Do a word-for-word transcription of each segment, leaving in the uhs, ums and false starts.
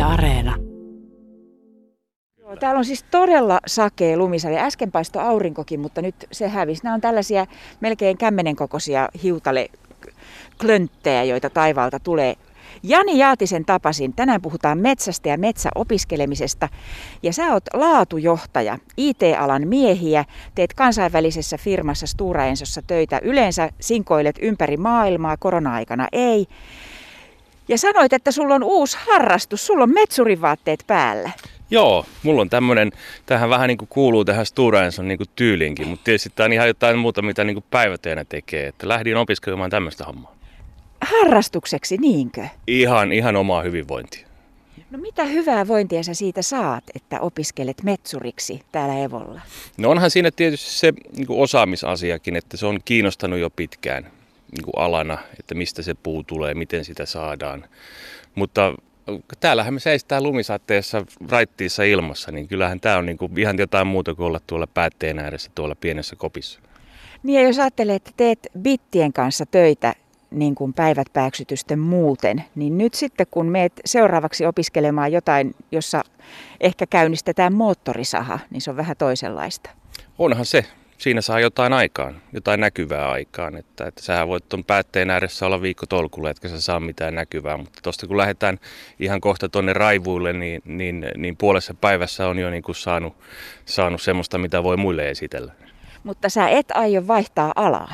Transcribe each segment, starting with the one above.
Areena. Joo, täällä on siis todella sakea lumisade. Äsken paistoi aurinkokin, mutta nyt se hävisi. Nämä on tällaisia melkein kämmenen kokoisia hiutaleklönttejä, joita taivaalta tulee. Jani Jaatisen tapasin. Tänään puhutaan metsästä ja metsäopiskelemisesta. Ja sä oot laatujohtaja, I T-alan miehiä, teet kansainvälisessä firmassa Stora Ensossa töitä. Yleensä sinkoilet ympäri maailmaa, korona-aikana ei. Ja sanoit, että sulla on uusi harrastus, sulla on metsurivaatteet päällä. Joo, mulla on tämmönen, tähän vähän niin kuin kuuluu tähän Stora Enson niin kuin tyyliinkin, mutta tietysti tää on ihan jotain muuta, mitä niin kuin päivätyönä tekee, että lähdin opiskelemaan tämmöistä hommaa. Harrastukseksi, niinkö? Ihan, ihan omaa hyvinvointia. No mitä hyvää vointia sä siitä saat, että opiskelet metsuriksi täällä Evolla? No onhan siinä tietysti se niin kuin osaamisasiakin, että se on kiinnostanut jo pitkään niin kuin alana, että mistä se puu tulee, miten sitä saadaan. Mutta täällähän me seistään lumisateessa raittiissa ilmassa, niin kyllähän tämä on niin kuin ihan jotain muuta kuin olla tuolla päätteen ääressä tuolla pienessä kopissa. Niin ja jos ajattelee, että teet bittien kanssa töitä niin kuin päivät pääksytysten muuten, niin nyt sitten kun meet seuraavaksi opiskelemaan jotain, jossa ehkä käynnistetään moottorisaha, niin se on vähän toisenlaista. Onhan se. Siinä saa jotain aikaan, jotain näkyvää aikaan. Että, että sähän voit tuon päätteen ääressä olla viikko tolkulla, etkä sä saa mitään näkyvää. Mutta tuosta kun lähdetään ihan kohta tuonne raivuille, niin, niin, niin puolessa päivässä on jo niin kuin saanut, saanut semmoista, mitä voi muille esitellä. Mutta sä et aio vaihtaa alaa?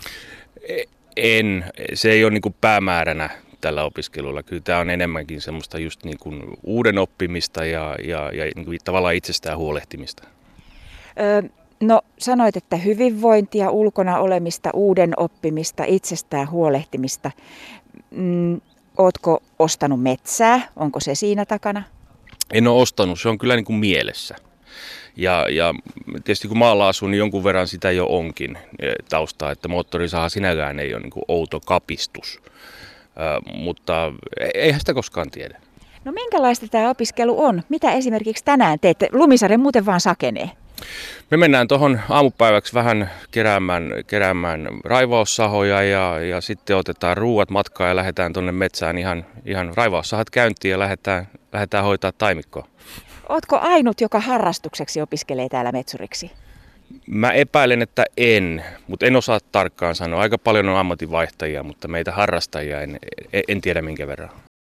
En. Se ei ole niin kuin päämääränä tällä opiskelulla. Kyllä tämä on enemmänkin semmoista just niin kuin uuden oppimista ja, ja, ja niin kuin tavallaan itsestään huolehtimista. Öö, No sanoit, että hyvinvointia, ulkona olemista, uuden oppimista, itsestään huolehtimista. Mm, ootko ostanut metsää? Onko se siinä takana? En ole ostanut, se on kyllä niin kuin mielessä. Ja, ja tietysti kun maalla asuu, niin jonkun verran sitä jo onkin taustaa, että moottorisaha sinäkään ei ole niin kuin outo kapistus. Ö, mutta eihän sitä koskaan tiedä. No minkälaista tämä opiskelu on? Mitä esimerkiksi tänään teette? Lumisade muuten vaan sakenee. Me mennään tuohon aamupäiväksi vähän keräämään, keräämään raivaussahoja ja, ja sitten otetaan ruuat matkaan ja lähdetään tuonne metsään ihan, ihan raivaussahat käyntiin ja lähdetään, lähdetään hoitaa taimikkoa. Ootko ainut, joka harrastukseksi opiskelee täällä metsuriksi? Mä epäilen, että en, mutta en osaa tarkkaan sanoa. Aika paljon on ammatinvaihtajia, mutta meitä harrastajia en, en tiedä minkä verran.